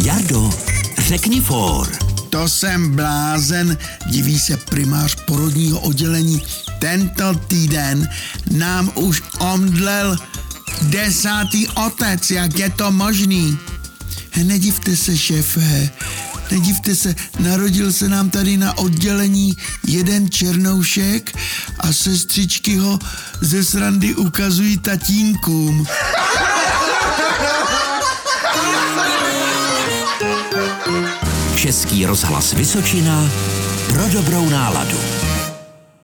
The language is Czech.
Jardo, řekni for. To jsem blázen, diví se primář porodního oddělení. Tento týden nám už omdlel 10. otec, jak je to možný? Nedivte se, šéfe, nedivte se, narodil se nám tady na oddělení jeden černoušek a sestřičky ho ze srandy ukazují tatínkům. Český rozhlas Vysočina pro dobrou náladu.